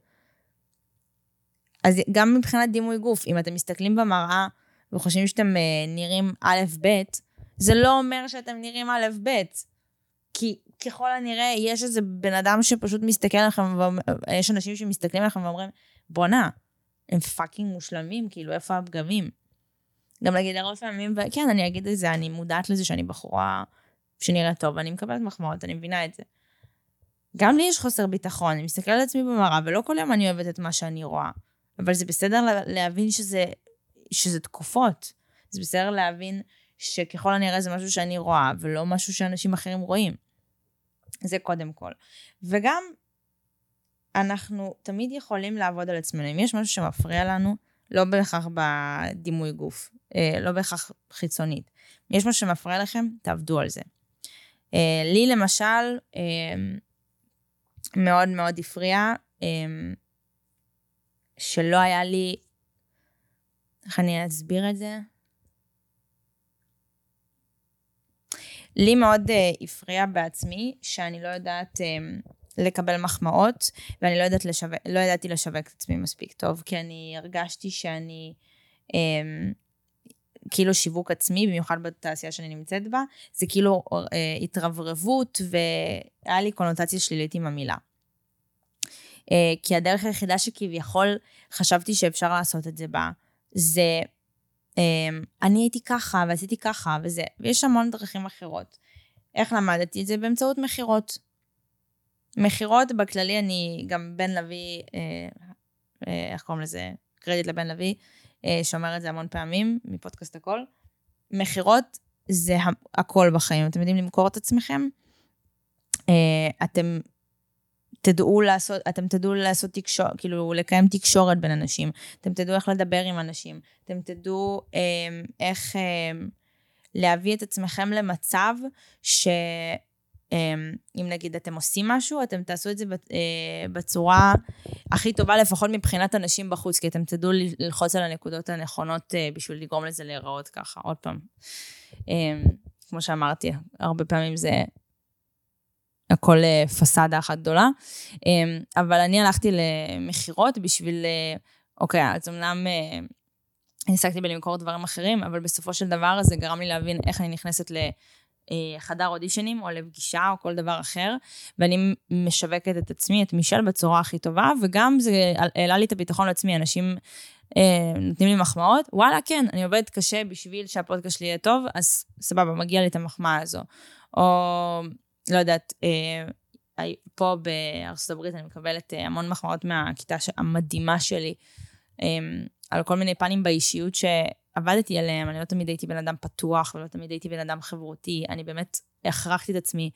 אז גם מבחינת דימוי גוף, אם אתם מסתכלים במראה, וחושבים שאתם נראים א' ב', זה לא אומר שאתם נראים א' ב', כי ככל הנראה, יש איזה בן אדם שפשוט מסתכל עליכם, ויש אנשים שמסתכלים עליכם ואומרים, בונה, הם פאקינג מושלמים, כאילו איפה הפגמים? גם להגיד הרבה פעמים, וכן, אני אגיד את זה, אני מודעת לזה שאני בחורה שנראית טוב, ואני מקבלת מחמאות, אני מבינה את זה. גם לי יש חוסר ביטחון, אני מסתכלת על עצמי במראה, ולא כל יום אני אוהבת את מה שאני רואה. אבל זה בסדר להבין שזה, שזה תקופות. זה בסדר להבין שככל הנראה זה משהו שאני רואה, ולא משהו שאנשים אחרים רואים. זה קודם כל. וגם, אנחנו תמיד יכולים לעבוד על עצמנו. אם יש משהו שמפריע לנו, לא בהכרח בדימוי גוף, לא בהכרח חיצונית. אם יש משהו שמפריע לכם, תעבדו על זה. לי למשל, מאוד מאוד הפריע, שלא היה לי, איך אני אסביר את זה? לי מאוד הפריע בעצמי, שאני לא יודעת לקבל מחמאות, ואני לא, יודעת לשווק, לא ידעתי לשווק את עצמי מספיק טוב, כי אני הרגשתי שאני, אה, כאילו שיווק עצמי, במיוחד בתעשייה שאני נמצאת בה, זה כאילו אה, התרברבות, והיה לי קונוטציה שלילית עם המילה. אה, כי הדרך היחידה שכביכול חשבתי שאפשר לעשות את זה בה, זה, אה, אני הייתי ככה, ועשיתי ככה, וזה, ויש המון דרכים אחרות. איך למדתי את זה? באמצעות מחירות. מחירות בכללי, אני גם בן לוי, אה, אה, איך קוראים לזה? קרדיט לבן לוי, אה, שאומר את זה המון פעמים, מפודקאסט הכל. מחירות זה הכל בחיים. אתם יודעים למכור את עצמכם? אה, אתם תדעו לעשות, אתם תדעו לעשות תקשורת, כאילו לקיים תקשורת בין אנשים. אתם תדעו איך לדבר עם אנשים. אתם תדעו אה, איך אה, להביא את עצמכם למצב ש... אם נגיד אתם עושים משהו, אתם תעשו את זה בצורה הכי טובה, לפחות מבחינת אנשים בחוץ, כי אתם תדעו ללחוץ על הנקודות הנכונות בשביל לגרום לזה להיראות ככה. עוד פעם, כמו שאמרתי, הרבה פעמים זה הכל פסאדה אחת גדולה, אבל אני הלכתי למחירות בשביל, אוקיי, אז אמנם ניסקתי בלמכור דברים אחרים, אבל בסופו של דבר זה גרם לי להבין איך אני נכנסת ל... חדר אודישנים או לפגישה או כל דבר אחר, ואני משווקת את עצמי, את מישל בצורה הכי טובה, וגם זה העלה לי את הביטחון לעצמי, אנשים אה, נותנים לי מחמאות, וואלה כן, אני עובדת קשה בשביל שהפודקאסט שלי יהיה טוב, אז סבבה, מגיע לי את המחמאה הזו. או, לא יודעת, אה, פה בארצות הברית אני מקבלת המון מחמאות מהכיתה המדהימה שלי, אה, על כל מיני פנים באישיות ש... עבדתי עליהם, אני לא תמיד הייתי בן אדם פתוח, ולא תמיד הייתי בן אדם חברותי, אני באמת הכרחתי את עצמי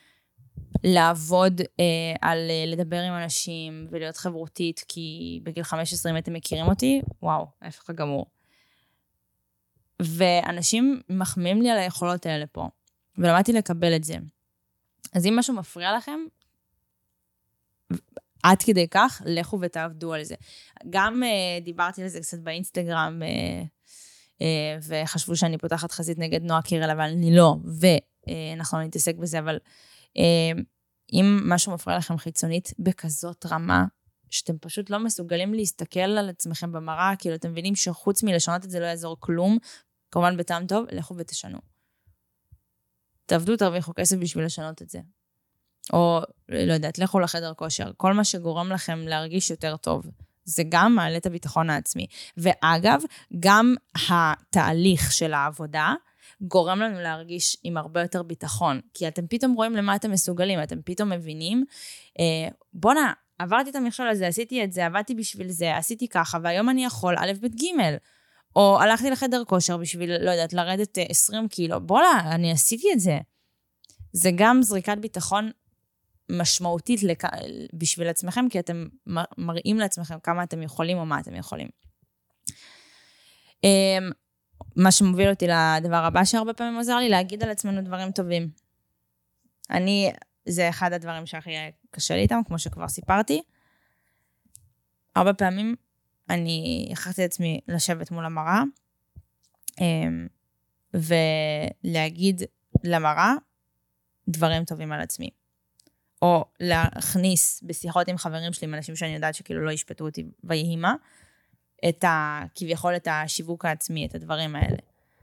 לעבוד אה, על אה, לדבר עם אנשים, ולהיות חברותית, כי בגיל חמש עשרה אם אתם מכירים אותי, וואו, ההפך הגמור. ואנשים מחמיאים לי על היכולות האלה פה, ולמדתי לקבל את זה. אז אם משהו מפריע לכם, עד כדי כך, לכו ותעבדו על זה. גם אה, דיברתי על זה קצת באינסטגרם, אה, וחשבו שאני פותחת חזית נגד נועה קירל, אבל אני לא, ואנחנו לא נתעסק בזה, אבל אם משהו מפריע לכם חיצונית בכזאת רמה, שאתם פשוט לא מסוגלים להסתכל על עצמכם במראה, כאילו אתם מבינים שחוץ מלשנות את זה לא יעזור כלום, כמובן בטעם טוב, לכו ותשנו. תעבדו, תרוויחו כסף בשביל לשנות את זה. או, לא יודעת, לכו לחדר כושר, כל מה שגורם לכם להרגיש יותר טוב, זה גם מעלה את הביטחון העצמי. ואגב, גם התהליך של העבודה גורם לנו להרגיש עם הרבה יותר ביטחון, כי אתם פתאום רואים למה אתם מסוגלים, אתם פתאום מבינים, אה, בונה, עברתי את המכשול הזה, עשיתי את זה, עבדתי בשביל זה, עשיתי ככה, והיום אני יכול א' ב' ג', או הלכתי לחדר כושר בשביל, לא יודעת, לרדת עשרים קילו, בונה, אני עשיתי את זה. זה גם זריקת ביטחון משמעותית לק... בשביל עצמכם, כי אתם מראים לעצמכם כמה אתם יכולים או מה אתם יכולים. מה שמוביל אותי לדבר הבא שהרבה פעמים עוזר לי, להגיד על עצמנו דברים טובים. אני, זה אחד הדברים שהכי קשה לי איתם, כמו שכבר סיפרתי. הרבה פעמים אני הכרחתי את עצמי לשבת מול המראה, ולהגיד למראה דברים טובים על עצמי. או להכניס בשיחות עם חברים שלי, עם אנשים שאני יודעת שכאילו לא ישפטו אותי ויהימה, את ה, כביכול את השיווק העצמי, את הדברים האלה.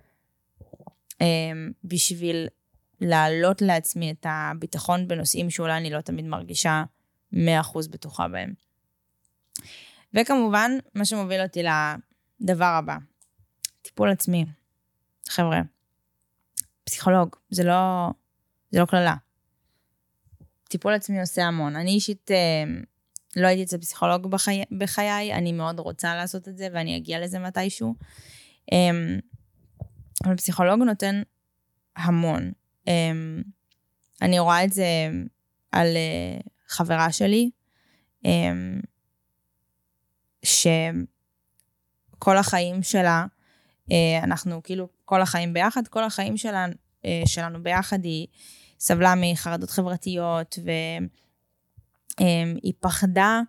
בשביל להעלות לעצמי את הביטחון בנושאים שאולי אני לא תמיד מרגישה מאה אחוז בטוחה בהם. וכמובן, מה שמוביל אותי לדבר הבא, טיפול עצמי. חבר'ה, פסיכולוג, זה לא, זה לא כללה. טיפול עצמי עושה המון. אני אישית אה, לא הייתי אצל פסיכולוג בחיי, בחיי, אני מאוד רוצה לעשות את זה, ואני אגיע לזה מתישהו. אה, אבל פסיכולוג נותן המון. אה, אני רואה את זה על אה, חברה שלי, שכל החיים שלה, אנחנו כאילו כל החיים ביחד, כל החיים שלה, שלנו ביחד היא סבלה מחרדות חברתיות, והיא פחדה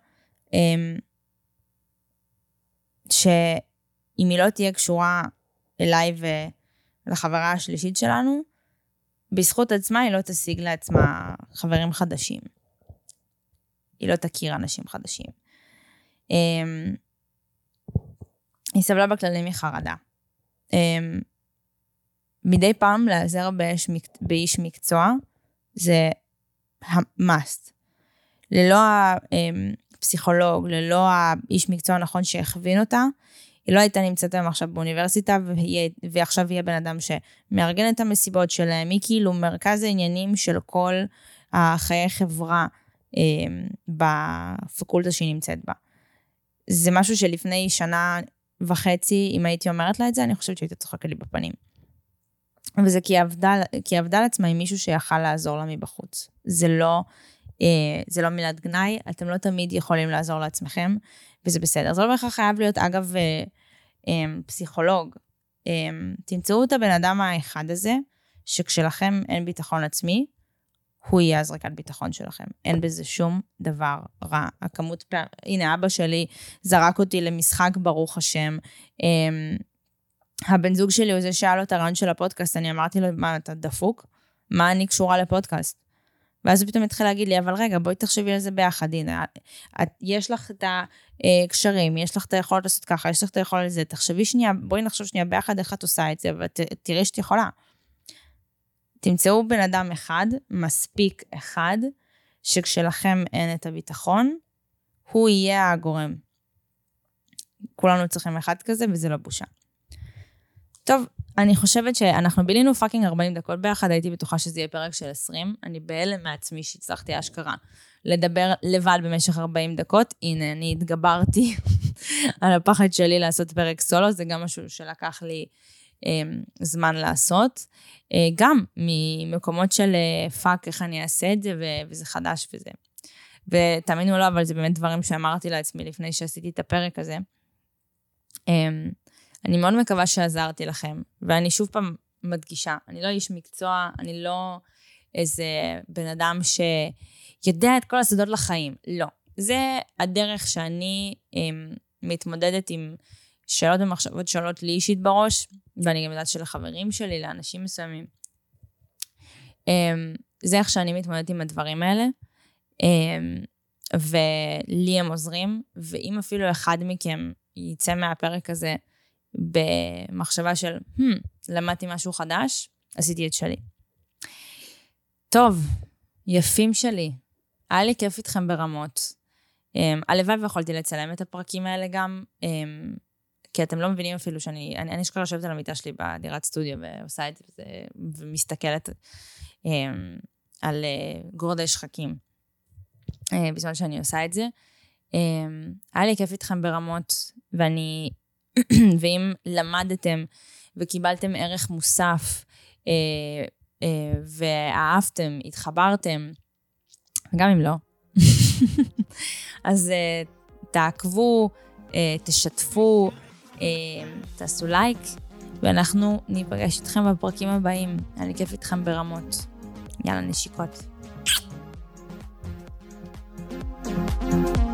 שאם היא לא תהיה קשורה אליי ולחברה השלישית שלנו, בזכות עצמה היא לא תשיג לעצמה חברים חדשים. היא לא תכיר אנשים חדשים. היא סבלה בכללי מחרדה. מדי פעם לעזר באיש מקצוע, זה המאסט. ללא הפסיכולוג, ללא האיש מקצוע נכון שהכווין אותה, היא לא הייתה נמצאת היום עכשיו באוניברסיטה, ועכשיו יהיה בן אדם שמארגן את המסיבות שלהם, היא כאילו מרכז העניינים של כל החיי חברה בפקולטה שהיא נמצאת בה. זה משהו שלפני שנה וחצי, אם הייתי אומרת לה את זה, אני חושבת שהייתה צוחקת לי בפנים. וזה כי היא עבדה, כי היא עבדה על עצמה עם מישהו שיכל לעזור לה מבחוץ. זה לא, זה לא מילת גנאי, אתם לא תמיד יכולים לעזור לעצמכם, וזה בסדר. זה לא בכך חייב להיות, אגב, פסיכולוג. תמצאו את הבן אדם האחד הזה, שכשלכם אין ביטחון עצמי, הוא יהיה הזרקת ביטחון שלכם. אין בזה שום דבר רע. הכמות פעם, הנה, אבא שלי זרק אותי למשחק ברוך השם. הבן זוג שלי הוא זה שאל לו את הרעיון של הפודקאסט, אני אמרתי לו, מה, אתה דפוק? מה אני קשורה לפודקאסט? ואז הוא פתאום התחיל להגיד לי, אבל רגע, בואי תחשבי על זה ביחד, הנה, את, יש לך את הקשרים, יש לך את היכולת לעשות ככה, יש לך את היכולת לזה, תחשבי שנייה, בואי נחשוב שנייה ביחד איך את עושה את זה, ותראי שאת יכולה. תמצאו בן אדם אחד, מספיק אחד, שכשלכם אין את הביטחון, הוא יהיה הגורם. כולנו צריכים אחד כזה, וזה לא בושה. טוב, אני חושבת שאנחנו בילינו פאקינג ארבעים דקות ביחד, הייתי בטוחה שזה יהיה פרק של עשרים, אני בהלם מעצמי שהצלחתי אשכרה לדבר לבד במשך ארבעים דקות, הנה, אני התגברתי על הפחד שלי לעשות פרק סולו, זה גם משהו שלקח לי אה, זמן לעשות, אה, גם ממקומות של אה, פאק, איך אני אעשה את זה, ו- וזה חדש וזה. ותאמינו לו, אבל זה באמת דברים שאמרתי לעצמי לפני שעשיתי את הפרק הזה. אה, אני מאוד מקווה שעזרתי לכם, ואני שוב פעם מדגישה, אני לא איש מקצוע, אני לא איזה בן אדם שיודע את כל הסודות לחיים, לא. זה הדרך שאני הם, מתמודדת עם שאלות ומחשבות שעולות לי אישית בראש, ואני גם יודעת של החברים שלי, לאנשים מסוימים. הם, זה איך שאני מתמודדת עם הדברים האלה, הם, ולי הם עוזרים, ואם אפילו אחד מכם יצא מהפרק הזה, במחשבה של, hmm, למדתי משהו חדש, עשיתי את שלי. טוב, יפים שלי, היה לי כיף איתכם ברמות. הלוואי ויכולתי לצלם את הפרקים האלה גם, כי אתם לא מבינים אפילו שאני, אני, אני אשכרה יושבת על המיטה שלי בדירת סטודיו, ועושה את זה, ומסתכלת על גורדי שחקים, בזמן שאני עושה את זה. היה לי כיף איתכם ברמות, ואני, ואם למדתם וקיבלתם ערך מוסף, אה, אה, ואהבתם, התחברתם, גם אם לא, אז אה, תעקבו, אה, תשתפו, אה, תעשו לייק, ואנחנו ניפגש איתכם בפרקים הבאים. היה לי כיף איתכם ברמות. יאללה, נשיקות.